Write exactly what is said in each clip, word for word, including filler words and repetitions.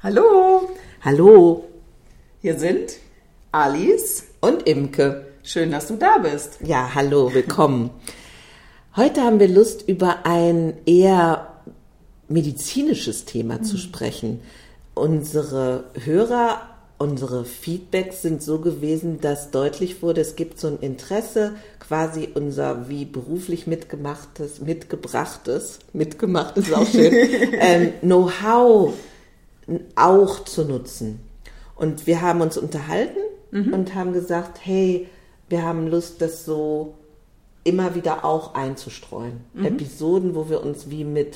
Hallo, Hallo hier sind Alice. und Imke. Schön, dass du da bist. Ja, hallo, willkommen. Heute haben wir Lust, über ein eher medizinisches Thema mhm. zu sprechen. Unsere Hörer, unsere Feedbacks sind so gewesen, dass deutlich wurde, es gibt so ein Interesse, quasi unser wie beruflich mitgemachtes, mitgebrachtes, mitgemacht ist auch schön, ähm, Know-how auch zu nutzen. Und wir haben uns unterhalten mhm. und haben gesagt, hey, wir haben Lust, das so immer wieder auch einzustreuen. Mhm. Episoden, wo wir uns wie mit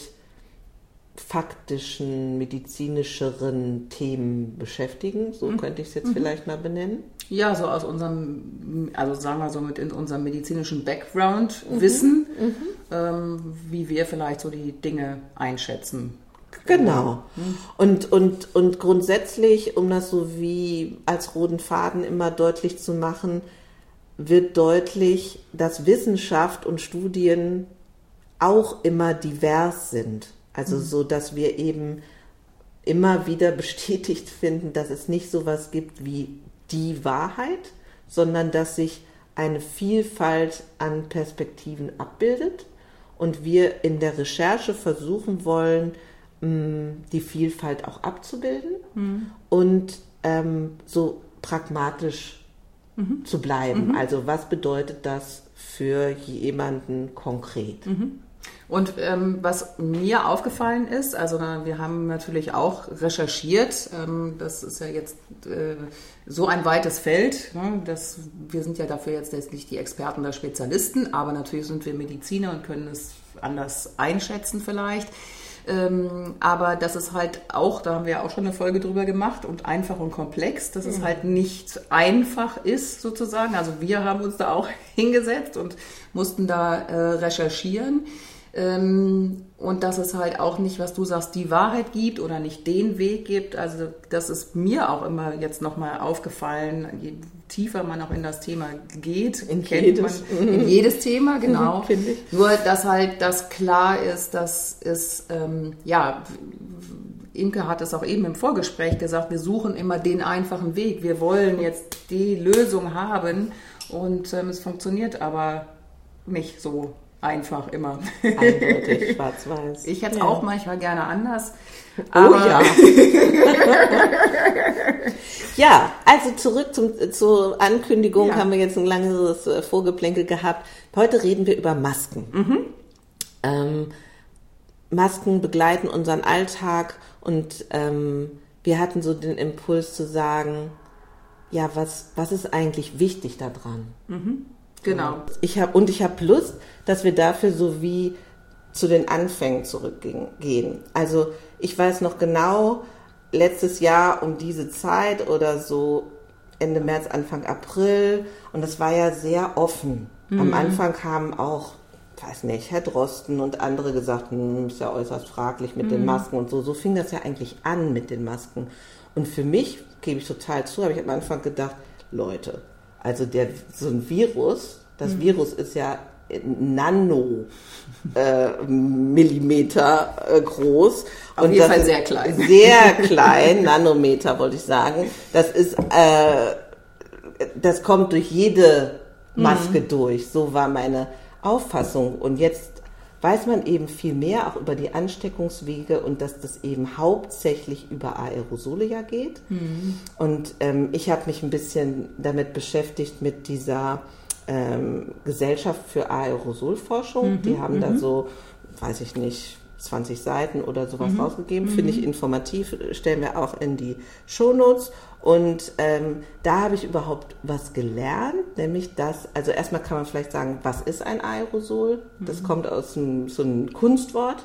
faktischen, medizinischeren Themen beschäftigen. So mhm. könnte ich es jetzt mhm. vielleicht mal benennen. Ja, so aus unserem, also sagen wir so mit in unserem medizinischen Background mhm. Wissen, mhm. Ähm, wie wir vielleicht so die Dinge einschätzen. Genau. Und, und, und grundsätzlich, um das so wie als roten Faden immer deutlich zu machen, wird deutlich, dass Wissenschaft und Studien auch immer divers sind. Also mhm. so, dass wir eben immer wieder bestätigt finden, dass es nicht sowas gibt wie die Wahrheit, sondern dass sich eine Vielfalt an Perspektiven abbildet und wir in der Recherche versuchen wollen, die Vielfalt auch abzubilden mhm. und ähm, so pragmatisch mhm. zu bleiben. Mhm. Also was bedeutet das für jemanden konkret? Mhm. Und ähm, was mir aufgefallen ist, also na, wir haben natürlich auch recherchiert, ähm, das ist ja jetzt äh, so ein weites Feld, ne, dass wir sind ja dafür jetzt nicht die Experten oder Spezialisten, aber natürlich sind wir Mediziner und können es anders einschätzen vielleicht. Ähm, aber das ist halt auch, da haben wir ja auch schon eine Folge drüber gemacht, und einfach und komplex, dass es halt nicht einfach ist sozusagen. Also wir haben uns da auch hingesetzt und mussten da äh, recherchieren. Ähm, und dass es halt auch nicht, was du sagst, die Wahrheit gibt oder nicht den Weg gibt. Also das ist mir auch immer jetzt nochmal aufgefallen, je tiefer man auch in das Thema geht, in kennt jedes, man in jedes Thema, genau. Finde ich. Nur, dass halt das klar ist, dass es, ähm, ja, Imke hat es auch eben im Vorgespräch gesagt, wir suchen immer den einfachen Weg. Wir wollen jetzt die Lösung haben und ähm, es funktioniert aber nicht so einfach immer. Eindeutig, schwarz-weiß. Ich hätte es ja. auch manchmal gerne anders. Aber oh ja. Ja, also zurück zum, zur Ankündigung, ja. haben wir jetzt ein langes Vorgeplänkel gehabt. Heute reden wir über Masken. Mhm. Ähm, Masken begleiten unseren Alltag und ähm, wir hatten so den Impuls zu sagen, ja, was, was ist eigentlich wichtig daran? Mhm. Genau. Ich hab, und ich habe Lust, dass wir dafür so wie zu den Anfängen zurückgehen. Also ich weiß noch genau, letztes Jahr um diese Zeit oder so Ende März, Anfang April, und das war ja sehr offen. Mhm. Am Anfang kamen auch, weiß nicht, Herr Drosten und andere gesagt, hm, ist ja äußerst fraglich mit mhm. den Masken und so. So fing das ja eigentlich an mit den Masken. Und für mich, gebe ich total zu, habe ich am Anfang gedacht, Leute, also der, so ein Virus, das mhm. Virus ist ja Nano äh, Millimeter äh, groß. Auf und jeden das Fall sehr klein. Sehr klein, Nanometer wollte ich sagen. Das ist, äh, das kommt durch jede Maske mhm. durch. So war meine Auffassung. Und jetzt weiß man eben viel mehr auch über die Ansteckungswege und dass das eben hauptsächlich über Aerosole ja geht. Mhm. Und ähm, ich habe mich ein bisschen damit beschäftigt mit dieser ähm, Gesellschaft für Aerosolforschung. Mhm. Die haben mhm. da so, weiß ich nicht, zwanzig Seiten oder sowas mhm. rausgegeben. Mhm. Finde ich informativ, stellen wir auch in die Shownotes. Und ähm, da habe ich überhaupt was gelernt, nämlich dass, also erstmal kann man vielleicht sagen, was ist ein Aerosol? Das mhm. kommt aus einem, so einem Kunstwort.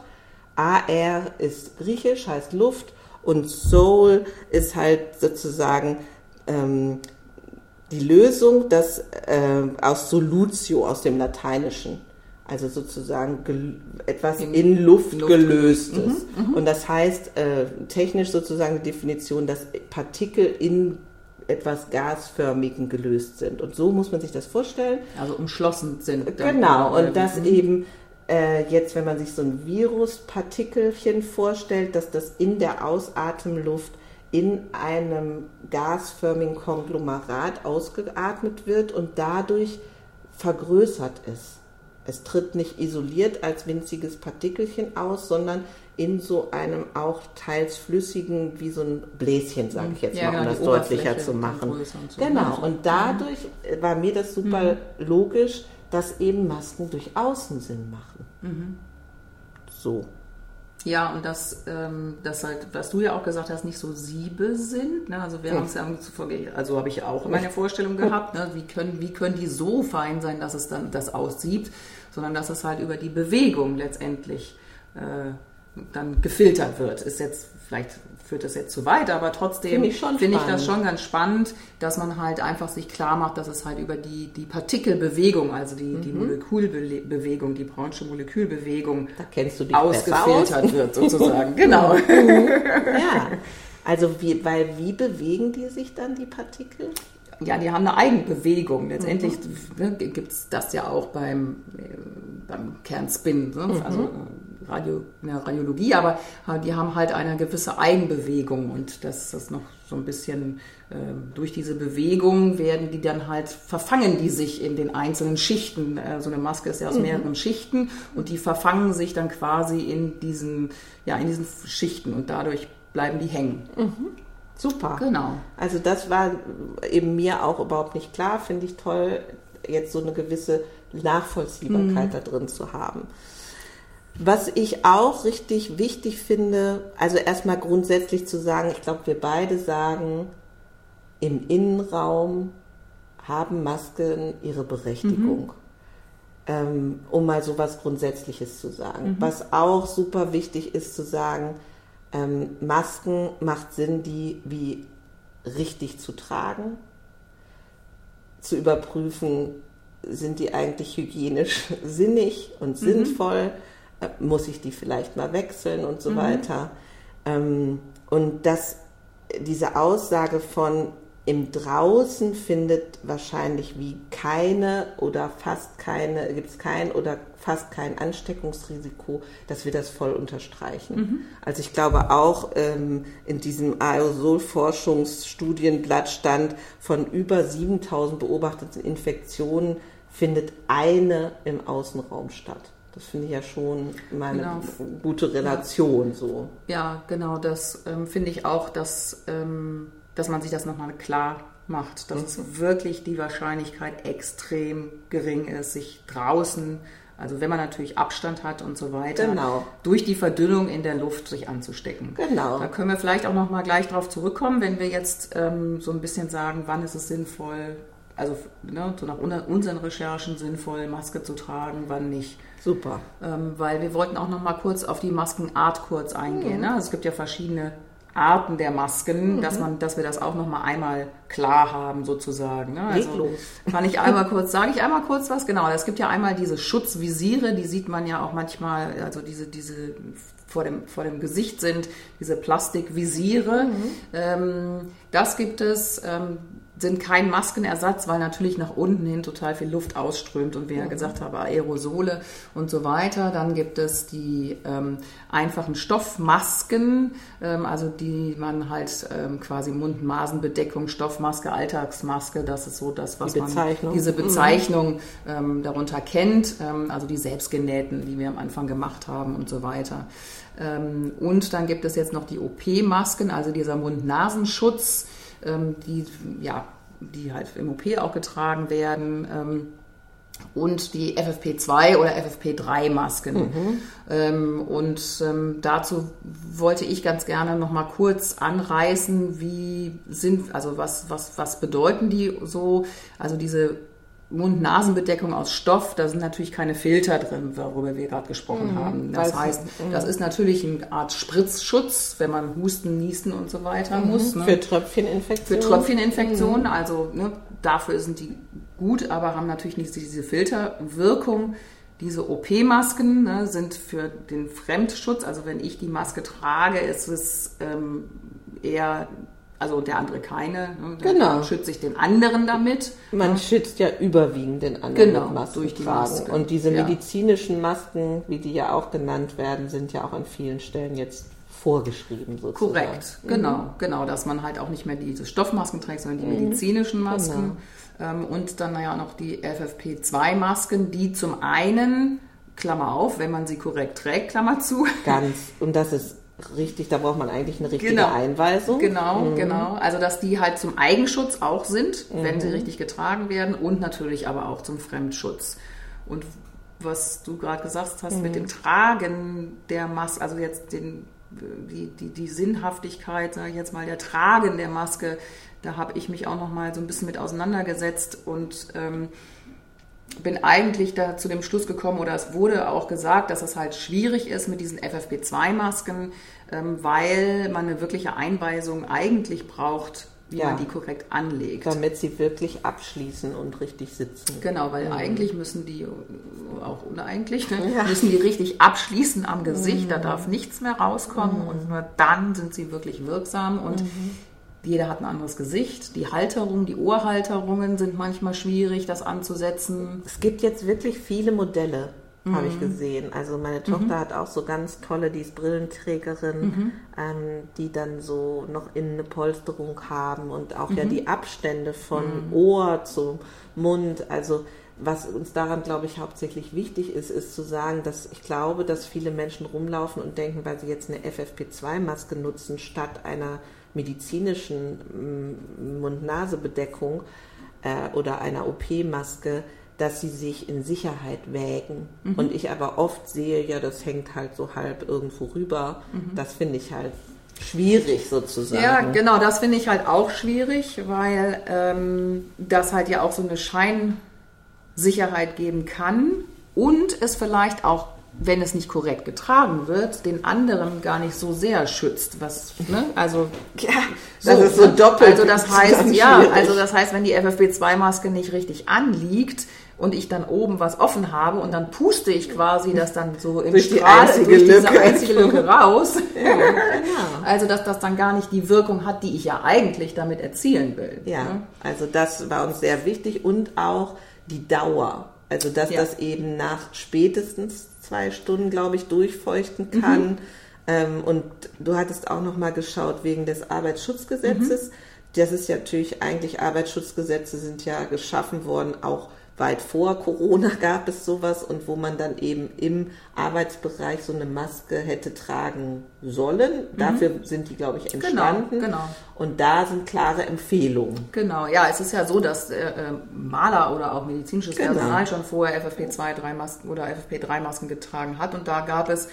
Aer ist griechisch, heißt Luft, und Sol ist halt sozusagen ähm, die Lösung, das äh, aus Solutio, aus dem Lateinischen. Also sozusagen gel- etwas in, in Luft, Luft gelöstes. Mhm, mh. Und das heißt äh, technisch sozusagen die Definition, dass Partikel in etwas Gasförmigen gelöst sind. Und so muss man sich das vorstellen. Also umschlossen sind. Genau, und das mhm. eben äh, jetzt, wenn man sich so ein Viruspartikelchen vorstellt, dass das in der Ausatemluft in einem gasförmigen Konglomerat ausgeatmet wird und dadurch vergrößert ist. Es tritt nicht isoliert als winziges Partikelchen aus, sondern in so einem auch teils flüssigen, wie so ein Bläschen, sage ich jetzt ja, mal, um das deutlicher zu machen. Und so. Genau, und dadurch mhm. war mir das super mhm. logisch, dass eben Masken durch Außen Sinn machen. Mhm. So. Ja, und das, ähm, das halt, was du ja auch gesagt hast, nicht so Siebe sind. Ne? Also wir mhm. haben es ja zuvor, also habe ich auch in meiner Vorstellung gehabt, ne? wie, können, wie können die so fein sein, dass es dann das aussiebt, sondern dass es halt über die Bewegung letztendlich äh, dann gefiltert wird. Ist jetzt, vielleicht führt das jetzt zu weit, aber trotzdem finde ich, find ich das schon ganz spannend, dass man halt einfach sich klar macht, dass es halt über die, die Partikelbewegung, also die, mhm. die Molekülbewegung, die Brownsche Molekülbewegung da kennst du dich ausgefiltert aus. wird sozusagen. Genau. Ja, also wie, weil wie bewegen die sich dann, die Partikel? Ja, die haben eine Eigenbewegung. Letztendlich mhm. ne, gibt es das ja auch beim, äh, beim Kernspin, ne? mhm. also Radio, in der Radiologie, aber die haben halt eine gewisse Eigenbewegung und das ist noch so ein bisschen, äh, durch diese Bewegung werden die dann halt, verfangen die sich in den einzelnen Schichten. Äh, so eine Maske ist ja aus mhm. mehreren Schichten und die verfangen sich dann quasi in diesen, ja, in diesen Schichten und dadurch bleiben die hängen. Mhm. Super. Genau. Also das war eben mir auch überhaupt nicht klar, finde ich toll, jetzt so eine gewisse Nachvollziehbarkeit mhm. da drin zu haben. Was ich auch richtig wichtig finde, also erstmal grundsätzlich zu sagen, ich glaube, wir beide sagen, im Innenraum haben Masken ihre Berechtigung, mhm. ähm, um mal so was Grundsätzliches zu sagen. Mhm. Was auch super wichtig ist zu sagen, ähm, Masken macht Sinn, die wie richtig zu tragen, zu überprüfen, sind die eigentlich hygienisch sinnig und mhm. sinnvoll, muss ich die vielleicht mal wechseln und so mhm. weiter. Ähm, und dass diese Aussage von im Draußen findet wahrscheinlich wie keine oder fast keine, gibt es kein oder fast kein Ansteckungsrisiko, dass wir das voll unterstreichen. Mhm. Also ich glaube auch ähm, in diesem Aerosol-Forschungsstudienblatt stand, von über siebentausend beobachteten Infektionen findet eine im Außenraum statt. Das finde ich ja schon mal eine genau. gute Relation. Ja, so. Ja, genau, das ähm, finde ich auch, dass, ähm, dass man sich das nochmal klar macht, dass mhm. es wirklich die Wahrscheinlichkeit extrem gering ist, sich draußen, also wenn man natürlich Abstand hat und so weiter, genau. durch die Verdünnung in der Luft sich anzustecken. Genau. Da können wir vielleicht auch nochmal gleich drauf zurückkommen, wenn wir jetzt ähm, so ein bisschen sagen, wann ist es sinnvoll, also ne, so nach unseren Recherchen sinnvoll, Maske zu tragen, wann nicht. Super. Ähm, weil wir wollten auch noch mal kurz auf die Maskenart kurz eingehen. Mhm. Ne? Also es gibt ja verschiedene Arten der Masken, mhm. dass, man, dass wir das auch noch mal einmal klar haben sozusagen. Ne? Also Leg los. Kann ich einmal kurz, sage ich einmal kurz was? Genau, es gibt ja einmal diese Schutzvisiere, die sieht man ja auch manchmal, also diese, diese vor dem, vor dem Gesicht sind, diese Plastikvisiere. Mhm. Ähm, das gibt es. Ähm, sind kein Maskenersatz, weil natürlich nach unten hin total viel Luft ausströmt und wie ja gesagt habe, Aerosole und so weiter. Dann gibt es die ähm, einfachen Stoffmasken, ähm, also die man halt ähm, quasi Mund-Nasen-Bedeckung, Stoffmaske, Alltagsmaske, das ist so das, was die man diese Bezeichnung ähm, darunter kennt, ähm, also die selbstgenähten, die wir am Anfang gemacht haben und so weiter. Ähm, und dann gibt es jetzt noch die O P-Masken, also dieser Mund-Nasenschutz, die, ja, die halt im O P auch getragen werden, ähm, und die F F P zwei oder F F P drei Masken. Mhm. Ähm, und ähm, dazu wollte ich ganz gerne noch mal kurz anreißen, wie sind, also was, was, was bedeuten die so, also diese Mund-Nasen-Bedeckung aus Stoff, da sind natürlich keine Filter drin, worüber wir gerade gesprochen mhm, haben. Das heißt, mhm. das ist natürlich eine Art Spritzschutz, wenn man husten, niesen und so weiter mhm. muss. Ne? Für Tröpfcheninfektionen. Für Tröpfcheninfektionen, mhm. also ne, dafür sind die gut, aber haben natürlich nicht diese Filterwirkung. Diese O P-Masken ne, sind für den Fremdschutz, also wenn ich die Maske trage, ist es ähm, eher... Also der andere keine. Ne? Genau. Dann schütze ich den anderen damit. Man ja. schützt ja überwiegend den anderen genau, mit Masken durch die tragen. Maske. Und diese ja. medizinischen Masken, wie die ja auch genannt werden, sind ja auch an vielen Stellen jetzt vorgeschrieben sozusagen. Korrekt, genau, mhm. genau, dass man halt auch nicht mehr diese Stoffmasken trägt, sondern die mhm. medizinischen Masken. Genau. Ähm, und dann ja noch die F F P zwei Masken, die zum einen, Klammer auf, wenn man sie korrekt trägt, Klammer zu. Ganz, und das ist richtig, da braucht man eigentlich eine richtige genau. Einweisung. Genau, mhm. genau. Also dass die halt zum Eigenschutz auch sind, mhm. wenn sie richtig getragen werden und natürlich aber auch zum Fremdschutz. Und was du gerade gesagt hast mhm. mit dem Tragen der Maske, also jetzt den, die, die, die Sinnhaftigkeit, sage ich jetzt mal, der Tragen der Maske, da habe ich mich auch noch mal so ein bisschen mit auseinandergesetzt und ähm, bin eigentlich da zu dem Schluss gekommen, oder es wurde auch gesagt, dass es halt schwierig ist mit diesen F F P zwei Masken, ähm, weil man eine wirkliche Einweisung eigentlich braucht, wie ja. man die korrekt anlegt. Damit sie wirklich abschließen und richtig sitzen. Genau, weil mhm. eigentlich müssen die, auch uneigentlich, ne, ja. müssen die richtig abschließen am Gesicht, mhm. da darf nichts mehr rauskommen mhm. und nur dann sind sie wirklich wirksam und mhm. jeder hat ein anderes Gesicht. Die Halterung, die Ohrhalterungen sind manchmal schwierig, das anzusetzen. Es gibt jetzt wirklich viele Modelle, mhm. habe ich gesehen. Also meine Tochter mhm. hat auch so ganz tolle, die ist Brillenträgerin, mhm. ähm, die dann so noch innen eine Polsterung haben und auch mhm. ja die Abstände von mhm. Ohr zum Mund. Also was uns daran, glaube ich, hauptsächlich wichtig ist, ist zu sagen, dass ich glaube, dass viele Menschen rumlaufen und denken, weil sie jetzt eine F F P zwei Maske nutzen, statt einer medizinischen Mund-Nase-Bedeckung äh, oder einer O P-Maske, dass sie sich in Sicherheit wägen. Mhm. Und ich aber oft sehe, ja, das hängt halt so halb irgendwo rüber. Mhm. Das finde ich halt schwierig sozusagen. Ja, genau, das finde ich halt auch schwierig, weil ähm, das halt ja auch so eine Scheinsicherheit geben kann und es vielleicht auch, wenn es nicht korrekt getragen wird, den anderen gar nicht so sehr schützt. Was, ne? Also, ja, das so, ist so doppelt. Also das heißt, ja, also das heißt, wenn die F F P zwei Maske nicht richtig anliegt und ich dann oben was offen habe und dann puste ich quasi das dann so im durch Strahl, die durch diese Lücke. einzige Lücke raus. Ja, genau. Also dass das dann gar nicht die Wirkung hat, die ich ja eigentlich damit erzielen will. Ja, ne? Also das war uns sehr wichtig und auch die Dauer. Also dass ja. das eben nach spätestens zwei Stunden, glaube ich, durchfeuchten kann. Mhm. Ähm, und du hattest auch noch mal geschaut wegen des Arbeitsschutzgesetzes. Mhm. Das ist ja natürlich eigentlich, Arbeitsschutzgesetze sind ja geschaffen worden, auch weit vor Corona gab es sowas und wo man dann eben im Arbeitsbereich so eine Maske hätte tragen sollen. Mhm. Dafür sind die, glaube ich, entstanden. Genau, genau. Und da sind klare Empfehlungen. Genau, ja, es ist ja so, dass äh, Maler oder auch medizinisches genau. Personal schon vorher F F P zwei, drei Masken oder F F P drei Masken getragen hat und da gab es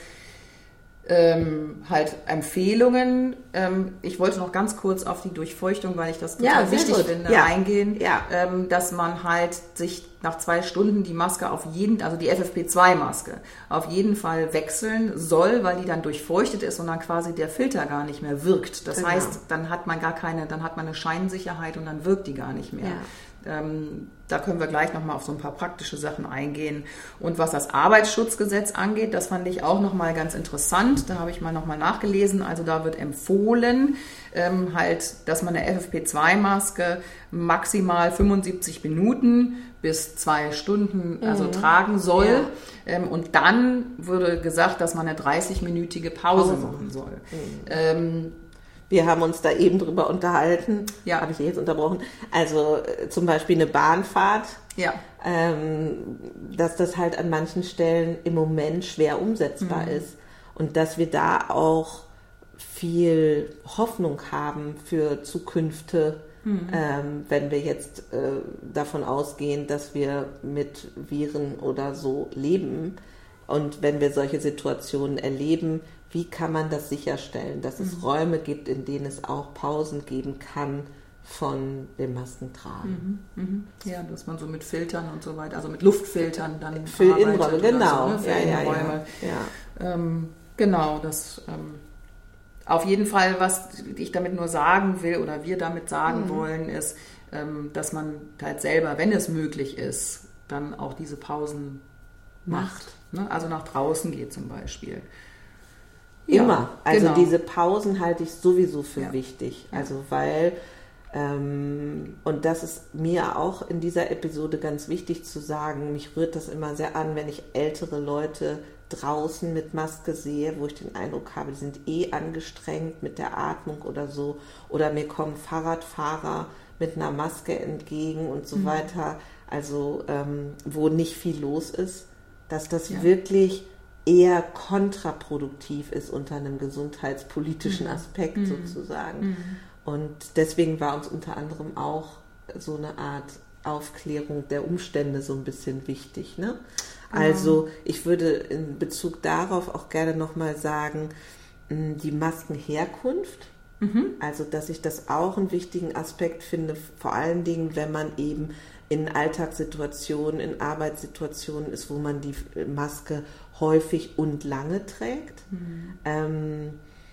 Ähm, halt Empfehlungen. Ähm, ich wollte noch ganz kurz auf die Durchfeuchtung, weil ich das total ja, wichtig gut. finde, ja. eingehen, ja. ähm, dass man halt sich nach zwei Stunden die Maske auf jeden, also die F F P zwei Maske, auf jeden Fall wechseln soll, weil die dann durchfeuchtet ist und dann quasi der Filter gar nicht mehr wirkt. Das genau. heißt, dann hat man gar keine, dann hat man eine Scheinsicherheit und dann wirkt die gar nicht mehr. Ja. Ähm, da können wir gleich nochmal auf so ein paar praktische Sachen eingehen. Und was das Arbeitsschutzgesetz angeht, das fand ich auch nochmal ganz interessant. Da habe ich mal nochmal nachgelesen. Also da wird empfohlen, ähm, halt, dass man eine F F P zwei Maske maximal fünfundsiebzig Minuten bis zwei Stunden also mhm. tragen soll. Ja. Ähm, und dann wurde gesagt, dass man eine dreißig-minütige Pause, Pause machen soll. Mhm. Ähm, Wir haben uns da eben drüber unterhalten. Ja. Habe ich jetzt unterbrochen. Also äh, zum Beispiel eine Bahnfahrt. Ja. Ähm, dass das halt an manchen Stellen im Moment schwer umsetzbar mhm. ist. Und dass wir da auch viel Hoffnung haben für Zukünfte, mhm. ähm, wenn wir jetzt äh, davon ausgehen, dass wir mit Viren oder so leben. Und wenn wir solche Situationen erleben, wie kann man das sicherstellen, dass es mhm. Räume gibt, in denen es auch Pausen geben kann von dem Maskentragen? Mhm. Mhm. Ja, dass man so mit Filtern und so weiter, also mit Luftfiltern dann für Innenräume, genau. So, ne? Für ja, Innenräume. Ja, ja. Ähm, genau, das ähm, auf jeden Fall, was ich damit nur sagen will oder wir damit sagen mhm. wollen, ist, ähm, dass man halt selber, wenn es möglich ist, dann auch diese Pausen macht. Ne? Also nach draußen geht zum Beispiel. Immer. Ja, also genau. diese Pausen halte ich sowieso für ja. wichtig. Also weil, ähm, und das ist mir auch in dieser Episode ganz wichtig zu sagen, mich rührt das immer sehr an, wenn ich ältere Leute draußen mit Maske sehe, wo ich den Eindruck habe, die sind eh angestrengt mit der Atmung oder so. Oder mir kommen Fahrradfahrer mit einer Maske entgegen und so mhm. weiter. Also ähm, wo nicht viel los ist, dass das ja. wirklich eher kontraproduktiv ist unter einem gesundheitspolitischen mhm. Aspekt mhm. sozusagen. Mhm. Und deswegen war uns unter anderem auch so eine Art Aufklärung der Umstände so ein bisschen wichtig, ne? Also ich würde in Bezug darauf auch gerne nochmal sagen, die Maskenherkunft, mhm. also dass ich das auch einen wichtigen Aspekt finde, vor allen Dingen, wenn man eben in Alltagssituationen, in Arbeitssituationen ist, wo man die Maske häufig und lange trägt. Mhm. Ähm,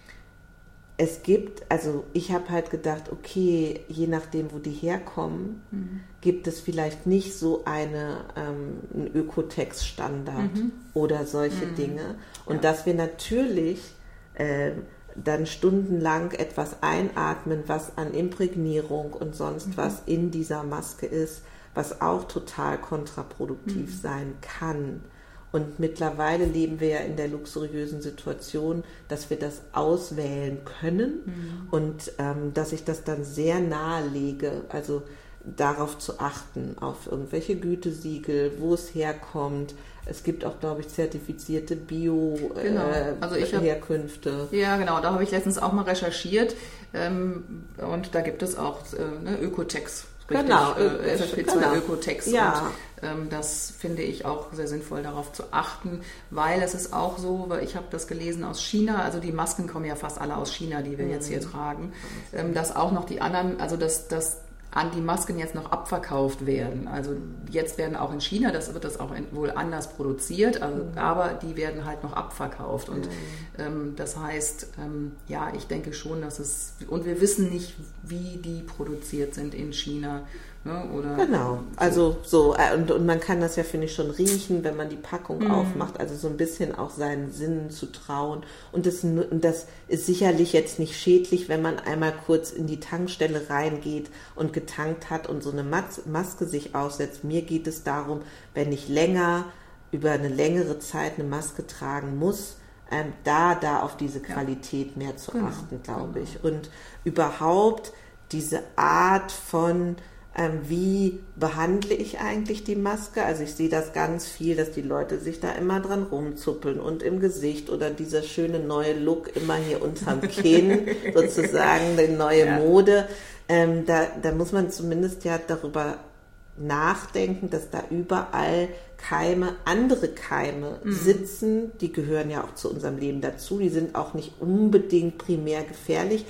Es gibt, also ich habe halt gedacht, okay, je nachdem, wo die herkommen, mhm. gibt es vielleicht nicht so eine, ähm, einen Ökotex-Standard mhm. oder solche mhm. Dinge. Und ja. dass wir natürlich äh, dann stundenlang etwas einatmen, was an Imprägnierung und sonst mhm. was in dieser Maske ist, was auch total kontraproduktiv mhm. sein kann. Und mittlerweile leben wir ja in der luxuriösen Situation, dass wir das auswählen können mhm. und ähm, dass ich das dann sehr nahe lege, also darauf zu achten, auf irgendwelche Gütesiegel, wo es herkommt. Es gibt auch, glaube ich, zertifizierte Bio-Herkünfte. Genau. Äh, also ich hab, ja, genau, da habe ich letztens auch mal recherchiert ähm, und da gibt es auch äh, ne, Ökotex. Richtig, genau, äh, F F P zwei genau. Ökotex. Ja. Und ähm, das finde ich auch sehr sinnvoll, darauf zu achten, weil es ist auch so, weil ich habe das gelesen aus China, also die Masken kommen ja fast alle aus China, die wir mhm. jetzt hier tragen, ähm, dass auch noch die anderen, also dass, dass an die Masken jetzt noch abverkauft werden. Also jetzt werden auch in China, das wird das auch in, wohl anders produziert, also, mhm. aber die werden halt noch abverkauft. Und mhm. ähm, das heißt, ähm, ja, ich denke schon, dass es, und wir wissen nicht, wie die produziert sind in China. Ne, oder genau, so. also so, und, und man kann das ja, finde ich, schon riechen, wenn man die Packung mhm. aufmacht, also so ein bisschen auch seinen Sinnen zu trauen. Und das, und das ist sicherlich jetzt nicht schädlich, wenn man einmal kurz in die Tankstelle reingeht und getankt hat und so eine Mas- Maske sich aufsetzt. Mir geht es darum, wenn ich länger, über eine längere Zeit eine Maske tragen muss, ähm, da, da auf diese Qualität ja. mehr zu genau. achten, glaube genau. ich. Und überhaupt diese Art von Ähm, wie behandle ich eigentlich die Maske? Also ich sehe das ganz viel, dass die Leute sich da immer dran rumzuppeln und im Gesicht oder dieser schöne neue Look immer hier unterm Kinn, sozusagen die neue ja. Mode. Ähm, da, da muss man zumindest ja darüber nachdenken, dass da überall Keime, andere Keime mhm. sitzen, die gehören ja auch zu unserem Leben dazu, die sind auch nicht unbedingt primär gefährlich,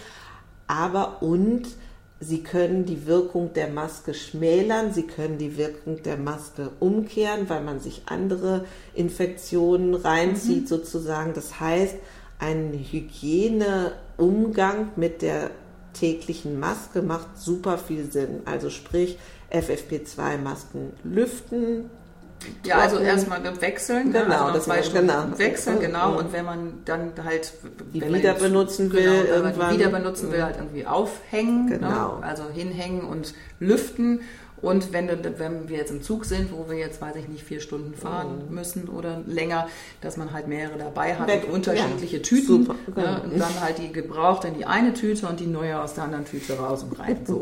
aber und sie können die Wirkung der Maske schmälern, sie können die Wirkung der Maske umkehren, weil man sich andere Infektionen reinzieht mhm. sozusagen. Das heißt, ein Hygieneumgang mit der täglichen Maske macht super viel Sinn. Also sprich, F F P zwei Masken lüften. Ja, also erstmal wechseln, genau, also das zwei Stunden genau. wechseln, genau. Und wenn man dann halt die wieder benutzen will, genau, wenn man die wieder benutzen will, halt irgendwie aufhängen, genau. ne? Also hinhängen und lüften. Und wenn, wenn wir jetzt im Zug sind, wo wir jetzt, weiß ich nicht, vier Stunden fahren mhm. müssen oder länger, dass man halt mehrere dabei hat Weg, und unterschiedliche ja, Tüten. super, genau. Ne? Und dann halt die gebraucht in die eine Tüte und die neue aus der anderen Tüte raus und rein. So.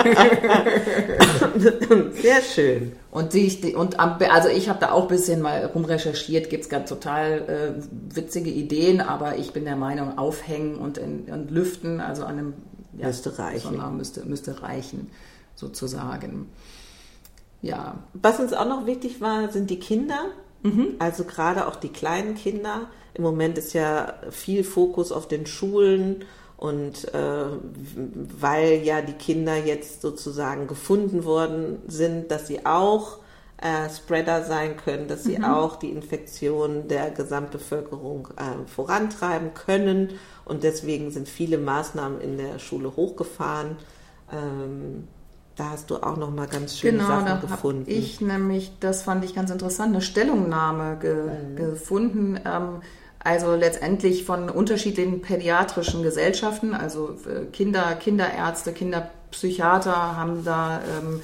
Sehr schön. Und, die, und also ich habe da auch ein bisschen mal rumrecherchiert, gibt es ganz total äh, witzige Ideen, aber ich bin der Meinung, aufhängen und, in, und lüften, also an einem ja, müsste reichen. Müsste, müsste reichen. Sozusagen. Ja. Was uns auch noch wichtig war, sind die Kinder. Mhm. Also gerade auch die kleinen Kinder. Im Moment ist ja viel Fokus auf den Schulen und äh, weil ja die Kinder jetzt sozusagen gefunden worden sind, dass sie auch äh, Spreader sein können, dass sie mhm. auch die Infektion der Gesamtbevölkerung äh, vorantreiben können. Und deswegen sind viele Maßnahmen in der Schule hochgefahren. Ähm, Da hast du auch noch mal ganz schöne genau, Sachen da gefunden. Genau, ich nämlich, das fand ich ganz interessant, eine Stellungnahme ge, mhm. gefunden. Ähm, also letztendlich von unterschiedlichen pädiatrischen Gesellschaften, also Kinder, Kinderärzte, Kinderpsychiater haben da ähm,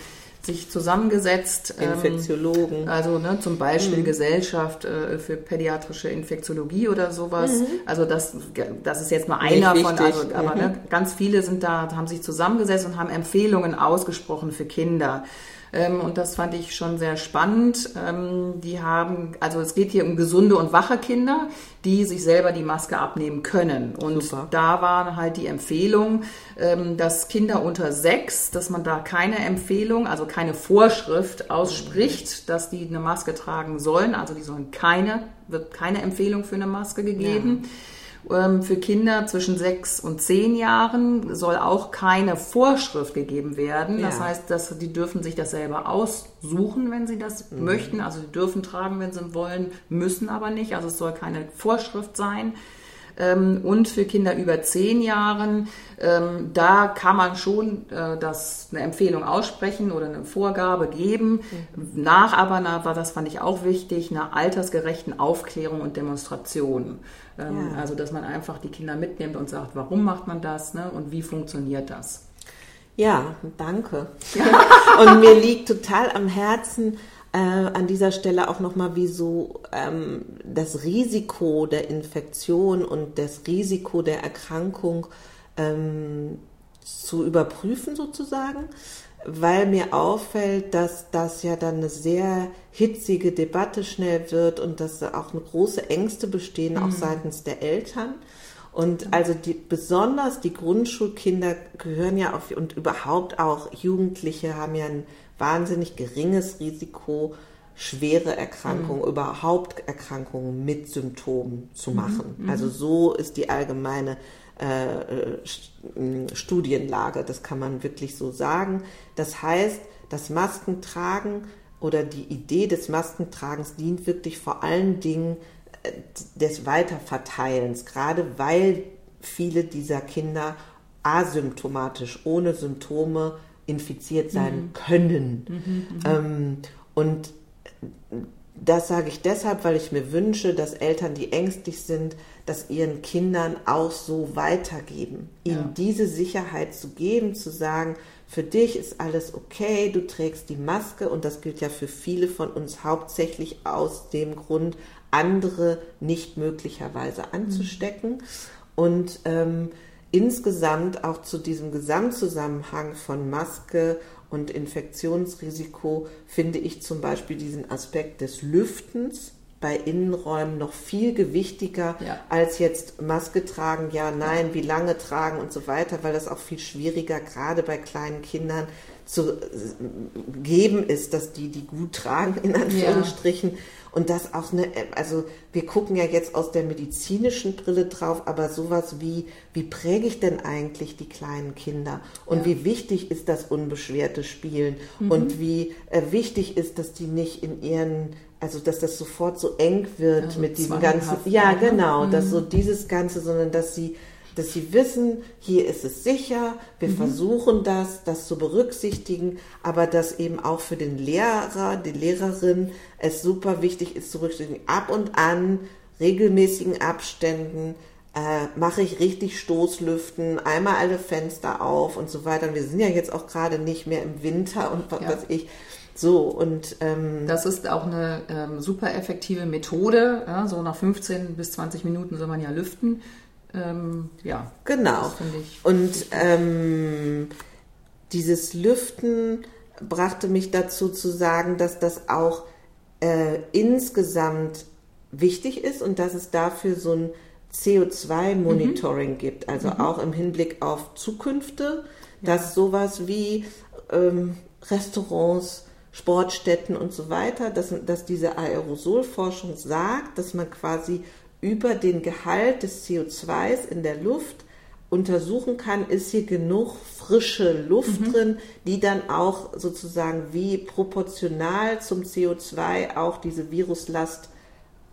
sich zusammengesetzt. Infektiologen. Ähm, also ne, zum Beispiel mhm. Gesellschaft äh, für pädiatrische Infektiologie oder sowas. Mhm. Also das, das ist jetzt nur einer Nicht von, wichtig. also, aber mhm. ne, ganz viele sind da, haben sich zusammengesetzt und haben Empfehlungen ausgesprochen für Kinder. Ähm, und das fand ich schon sehr spannend. Ähm, die haben, also es geht hier um gesunde und wache Kinder, die sich selber die Maske abnehmen können. Und Super. Da war halt die Empfehlung, ähm, dass Kinder unter sechs, dass man da keine Empfehlung, also keine Vorschrift ausspricht, dass die eine Maske tragen sollen. Also die sollen keine, wird keine Empfehlung für eine Maske gegeben. Ja. Für Kinder zwischen sechs und zehn Jahren soll auch keine Vorschrift gegeben werden. Das ja. heißt, dass die dürfen sich das selber aussuchen, wenn sie das mhm. möchten. Also sie dürfen tragen, wenn sie wollen, müssen aber nicht. Also es soll keine Vorschrift sein. Und für Kinder über zehn Jahren, da kann man schon das eine Empfehlung aussprechen oder eine Vorgabe geben. Mhm. Nach aber, na, das fand ich auch wichtig, einer altersgerechten Aufklärung und Demonstration. Ja. Also, dass man einfach die Kinder mitnimmt und sagt, warum macht man das, ne, und wie funktioniert das? Ja, danke. Und mir liegt total am Herzen, äh, an dieser Stelle auch nochmal, wieso ähm, das Risiko der Infektion und das Risiko der Erkrankung ähm, zu überprüfen sozusagen, weil mir auffällt, dass das ja dann eine sehr hitzige Debatte schnell wird und dass da auch eine große Ängste bestehen, mhm. auch seitens der Eltern. Und also die, besonders die Grundschulkinder gehören ja auf, und überhaupt auch Jugendliche haben ja ein wahnsinnig geringes Risiko, schwere Erkrankungen, mhm. überhaupt Erkrankungen mit Symptomen zu machen. Mhm. Also so ist die allgemeine äh, Studienlage, das kann man wirklich so sagen. Das heißt, das Maskentragen oder die Idee des Maskentragens dient wirklich vor allen Dingen des Weiterverteilens, gerade weil viele dieser Kinder asymptomatisch, ohne Symptome infiziert sein mhm. können. Mhm, ähm, und das sage ich deshalb, weil ich mir wünsche, dass Eltern, die ängstlich sind, das ihren Kindern auch so weitergeben. Ja. Ihnen diese Sicherheit zu geben, zu sagen, für dich ist alles okay, du trägst die Maske, und das gilt ja für viele von uns hauptsächlich aus dem Grund, andere nicht möglicherweise anzustecken. Mhm. Und ähm, insgesamt auch zu diesem Gesamtzusammenhang von Maske und Infektionsrisiko finde ich zum Beispiel diesen Aspekt des Lüftens bei Innenräumen noch viel gewichtiger ja. als jetzt Maske tragen, ja, nein, wie lange tragen und so weiter, weil das auch viel schwieriger gerade bei kleinen Kindern zu geben ist, dass die die gut tragen, in Anführungsstrichen. Ja. Und das auch eine, also wir gucken ja jetzt aus der medizinischen Brille drauf, aber sowas wie, wie präge ich denn eigentlich die kleinen Kinder? Und ja. wie wichtig ist das unbeschwerte Spielen? Mhm. Und wie äh, wichtig ist, dass die nicht in ihren, also dass das sofort so eng wird also mit diesem ganzen, ja genau, mhm. dass so dieses Ganze, sondern dass sie dass sie wissen, hier ist es sicher, wir mhm. versuchen das, das zu berücksichtigen, aber dass eben auch für den Lehrer, die Lehrerin es super wichtig ist, zu berücksichtigen, ab und an, regelmäßigen Abständen, äh, mache ich richtig Stoßlüften, einmal alle Fenster auf und so weiter. Und wir sind ja jetzt auch gerade nicht mehr im Winter und was ja. weiß ich. So, und ähm, das ist auch eine ähm, super effektive Methode. Ja, so nach fünfzehn bis zwanzig Minuten soll man ja lüften. Ähm, ja, genau. Ich und ähm, dieses Lüften brachte mich dazu zu sagen, dass das auch äh, insgesamt wichtig ist und dass es dafür so ein C O zwei Monitoring mhm. gibt, also mhm. auch im Hinblick auf Zukünfte, ja. dass sowas wie ähm, Restaurants, Sportstätten und so weiter, dass, dass diese Aerosolforschung sagt, dass man quasi über den Gehalt des C O zwei in der Luft untersuchen kann, ist hier genug frische Luft mhm. drin, die dann auch sozusagen wie proportional zum C O zwei auch diese Viruslast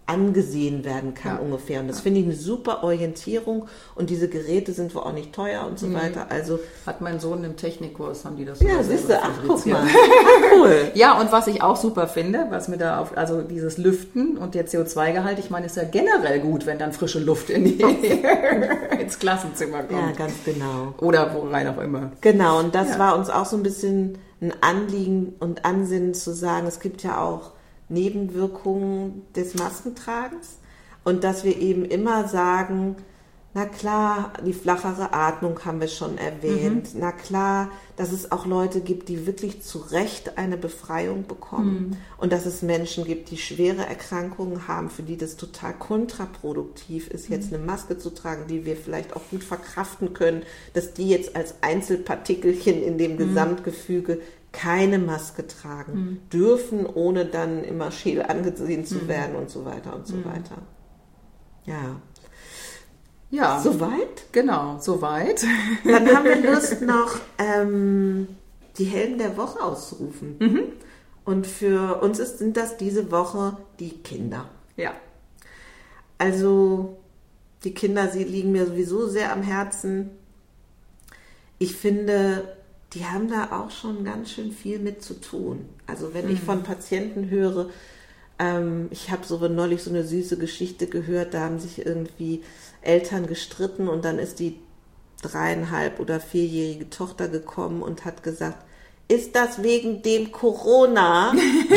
angesehen werden kann, ja. ungefähr. Und das ja. finde ich eine super Orientierung. Und diese Geräte sind wohl auch nicht teuer und so mhm. weiter. Also hat mein Sohn im Technikkurs, haben die das ja, siehst du, ach, guck mal. Cool. Ja, und was ich auch super finde, was mir da auf, also dieses Lüften und der C O zwei Gehalt, ich meine, ist ja generell gut, wenn dann frische Luft in die, ins Klassenzimmer kommt. Ja, ganz genau. Oder wo rein auch immer. Genau, und das ja. war uns auch so ein bisschen ein Anliegen und Ansinnen zu sagen, es gibt ja auch Nebenwirkungen des Maskentragens und dass wir eben immer sagen, na klar, die flachere Atmung haben wir schon erwähnt, mhm. na klar, dass es auch Leute gibt, die wirklich zu Recht eine Befreiung bekommen mhm. und dass es Menschen gibt, die schwere Erkrankungen haben, für die das total kontraproduktiv ist, jetzt mhm. eine Maske zu tragen, die wir vielleicht auch gut verkraften können, dass die jetzt als Einzelpartikelchen in dem mhm. Gesamtgefüge keine Maske tragen mhm. dürfen, ohne dann immer scheel angesehen zu mhm. werden und so weiter und so mhm. weiter. Ja. Ja. Soweit? Genau, soweit. Dann haben wir Lust noch ähm, die Helden der Woche auszurufen. Mhm. Und für uns ist, sind das diese Woche die Kinder. Ja. Also die Kinder, sie liegen mir sowieso sehr am Herzen. Ich finde, die haben da auch schon ganz schön viel mit zu tun. Also wenn mhm. ich von Patienten höre, ähm, ich habe so neulich so eine süße Geschichte gehört, da haben sich irgendwie Eltern gestritten und dann ist die dreieinhalb- oder vierjährige Tochter gekommen und hat gesagt, ist das wegen dem Corona?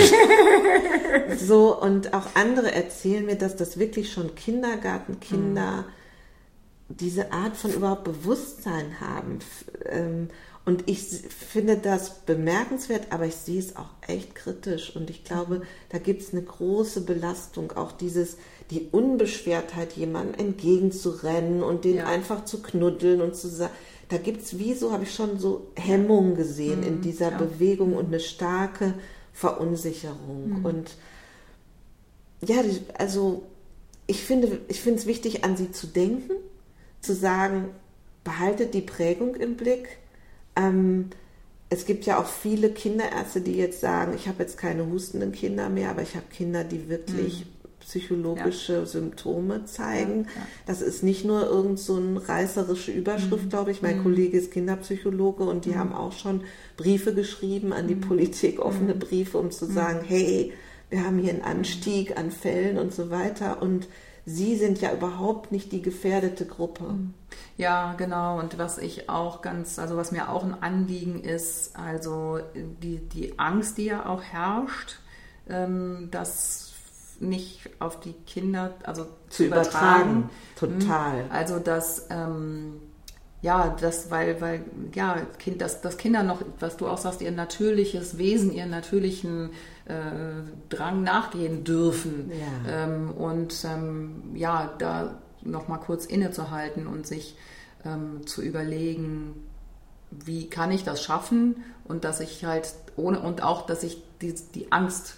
So, und auch andere erzählen mir, dass das wirklich schon Kindergartenkinder mhm. diese Art von überhaupt Bewusstsein haben. Und ich finde das bemerkenswert, aber ich sehe es auch echt kritisch. Und ich glaube, da gibt es eine große Belastung, auch dieses, die Unbeschwertheit, jemandem entgegenzurennen und den ja. einfach zu knuddeln und zu sagen, da gibt es wie so, habe ich schon so Hemmungen gesehen mhm, in dieser ja. Bewegung und eine starke Verunsicherung. Mhm. Und ja, also ich finde, ich finde es wichtig, an sie zu denken, zu sagen, behaltet die Prägung im Blick. Ähm, es gibt ja auch viele Kinderärzte, die jetzt sagen, ich habe jetzt keine hustenden Kinder mehr, aber ich habe Kinder, die wirklich mhm. psychologische ja. Symptome zeigen. Ja, ja. Das ist nicht nur irgend so eine reißerische Überschrift, mhm. glaube ich. Mein mhm. Kollege ist Kinderpsychologe und die mhm. haben auch schon Briefe geschrieben an die mhm. Politik, offene Briefe, um zu sagen, mhm. hey, wir haben hier einen Anstieg an Fällen und so weiter und Sie sind ja überhaupt nicht die gefährdete Gruppe. Ja, genau. Und was ich auch ganz, also was mir auch ein Anliegen ist, also die, die Angst, die ja auch herrscht, ähm, das nicht auf die Kinder, also zu, zu übertragen. übertragen. Total. Also dass ähm, ja, das, weil, weil, ja, kind, dass, dass Kinder noch, was du auch sagst, ihr natürliches Wesen, ihren natürlichen äh, Drang nachgehen dürfen. Ja. Ähm, und ähm, ja, da nochmal kurz innezuhalten und sich ähm, zu überlegen, wie kann ich das schaffen und dass ich halt ohne, und auch, dass ich die, die Angst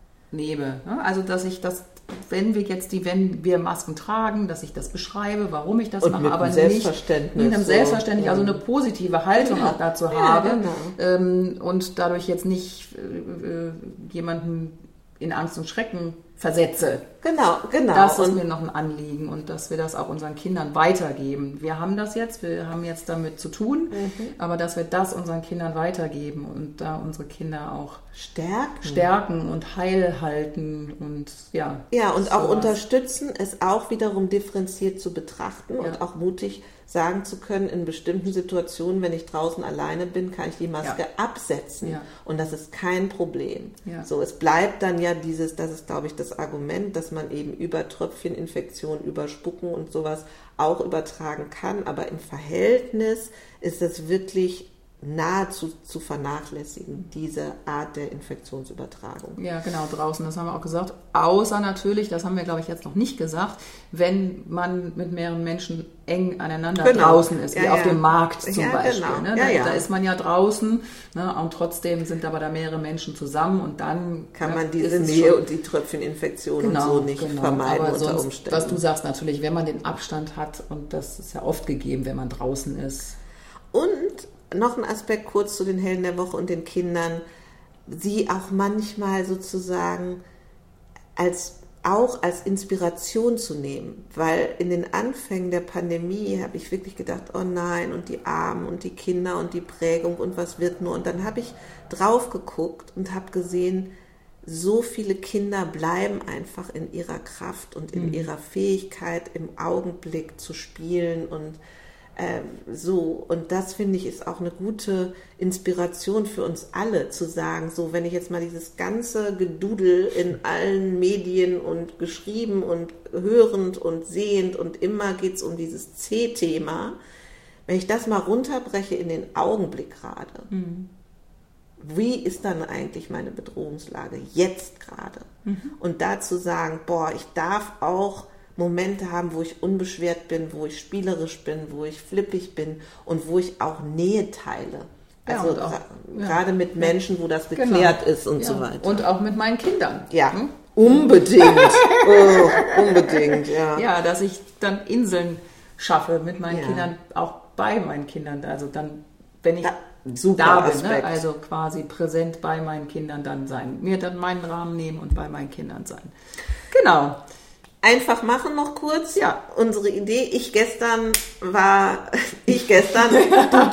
nehme. Ne? Also, dass ich das, wenn wir jetzt die, wenn wir Masken tragen, dass ich das beschreibe, warum ich das und mache, mit aber einem nicht Selbstverständnis mit einem Selbstverständnis, so. Also eine positive Haltung ja. auch dazu ja, habe genau. ähm, und dadurch jetzt nicht äh, jemanden in Angst und Schrecken versetze. Genau, genau. Das ist und mir noch ein Anliegen und dass wir das auch unseren Kindern weitergeben. Wir haben das jetzt, wir haben jetzt damit zu tun, mhm. aber dass wir das unseren Kindern weitergeben und da unsere Kinder auch stärken, stärken und heil halten und ja. Ja, und auch unterstützen, es auch wiederum differenziert zu betrachten ja. und auch mutig sagen zu können, in bestimmten Situationen, wenn ich draußen alleine bin, kann ich die Maske ja. absetzen. Ja. Und das ist kein Problem. Ja. So, es bleibt dann ja dieses, das ist, glaube ich, das Argument, dass man eben über Tröpfcheninfektionen, über Spucken und sowas auch übertragen kann. Aber im Verhältnis ist es wirklich nahezu zu vernachlässigen, diese Art der Infektionsübertragung. Ja, genau, draußen, das haben wir auch gesagt. Außer natürlich, das haben wir, glaube ich, jetzt noch nicht gesagt, wenn man mit mehreren Menschen eng aneinander genau. draußen ist, wie ja, auf ja. dem Markt zum ja, Beispiel. Genau. Ne? Ja, da, ja. da ist man ja draußen, ne? Und trotzdem sind aber da mehrere Menschen zusammen und dann kann man diese Nähe und die Tröpfcheninfektion genau, und so nicht genau. vermeiden aber unter sonst, Umständen. Was du sagst natürlich, wenn man den Abstand hat, und das ist ja oft gegeben, wenn man draußen ist. Und noch ein Aspekt kurz zu den Helden der Woche und den Kindern, sie auch manchmal sozusagen als auch als Inspiration zu nehmen, weil in den Anfängen der Pandemie habe ich wirklich gedacht, oh nein, und die Armen und die Kinder und die Prägung und was wird nur. Und dann habe ich drauf geguckt und habe gesehen, so viele Kinder bleiben einfach in ihrer Kraft und in mhm. ihrer Fähigkeit, im Augenblick zu spielen und ähm, so. Und das, finde ich, ist auch eine gute Inspiration für uns alle, zu sagen, so, wenn ich jetzt mal dieses ganze Gedudel in allen Medien und geschrieben und hörend und sehend und immer geht es um dieses C-Thema, wenn ich das mal runterbreche in den Augenblick gerade, mhm. wie ist dann eigentlich meine Bedrohungslage jetzt gerade? Mhm. Und dazu sagen, boah, ich darf auch Momente haben, wo ich unbeschwert bin, wo ich spielerisch bin, wo ich flippig bin und wo ich auch Nähe teile. Also ja, auch, ja. gerade mit Menschen, wo das geklärt genau. ist und ja. so weiter. Und auch mit meinen Kindern. Ja, hm? unbedingt. oh, unbedingt, ja. Ja, dass ich dann Inseln schaffe mit meinen ja. Kindern, auch bei meinen Kindern. Also dann, wenn ich... Ja. Super da bin, Aspekt. Ne? Also quasi präsent bei meinen Kindern dann sein. Mir dann meinen Rahmen nehmen und bei meinen Kindern sein. Genau. Einfach machen noch kurz. Ja. Unsere Idee. Ich gestern war, ich gestern, du,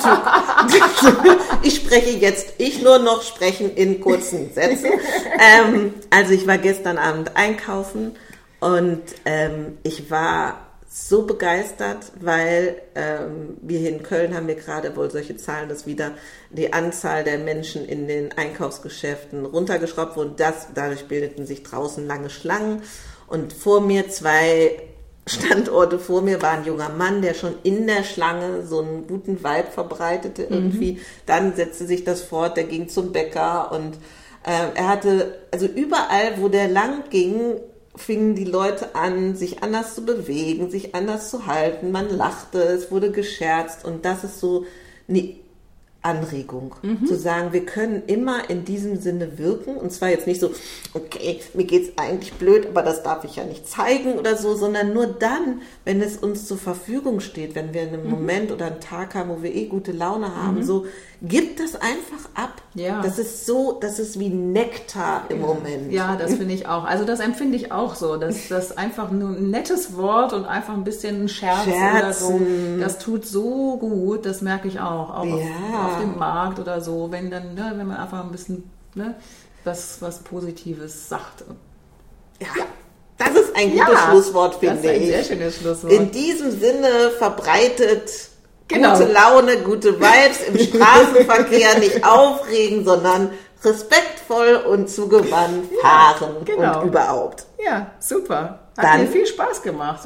du, ich spreche jetzt, ich nur noch sprechen in kurzen Sätzen. Ähm, also ich war gestern Abend einkaufen und ähm, ich war so begeistert, weil ähm, wir hier in Köln haben wir gerade wohl solche Zahlen, dass wieder die Anzahl der Menschen in den Einkaufsgeschäften runtergeschraubt wurde. Das, dadurch bildeten sich draußen lange Schlangen. Und vor mir, zwei Standorte vor mir, war ein junger Mann, der schon in der Schlange so einen guten Vibe verbreitete irgendwie. Mhm. Dann setzte sich das fort, der ging zum Bäcker und äh, er hatte, also überall, wo der lang ging, fingen die Leute an, sich anders zu bewegen, sich anders zu halten. Man lachte, es wurde gescherzt und das ist so eine Anregung, mhm. zu sagen, wir können immer in diesem Sinne wirken und zwar jetzt nicht so, okay, mir geht's eigentlich blöd, aber das darf ich ja nicht zeigen oder so, sondern nur dann, wenn es uns zur Verfügung steht, wenn wir einen mhm. Moment oder einen Tag haben, wo wir eh gute Laune haben, mhm. so, gib das einfach ab. Ja. Das ist so, das ist wie Nektar im ja. Moment. Ja, das finde ich auch. Also das empfinde ich auch so, dass das einfach nur ein nettes Wort und einfach ein bisschen ein Scherz Scherzen. Oder so, das tut so gut, das merke ich auch, auch ja. auf, auf dem Markt oder so, wenn dann, ne, wenn man einfach ein bisschen ne, was, was Positives sagt. Ja. ja. Das ist ein gutes ja, Schlusswort, finde ich. Das ist ein sehr schönes Schlusswort. In diesem Sinne verbreitet genau. gute Laune, gute Vibes im Straßenverkehr, nicht aufregen, sondern respektvoll und zugewandt fahren ja, genau. und überhaupt. Ja, super. Hat Dann, mir viel Spaß gemacht.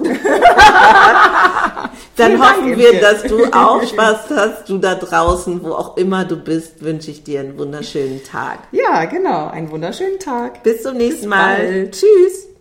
Dann hoffen wir, dass du auch Spaß hast, du da draußen, wo auch immer du bist, wünsche ich dir einen wunderschönen Tag. Ja, genau, einen wunderschönen Tag. Bis zum nächsten Bis Mal. Bald. Tschüss.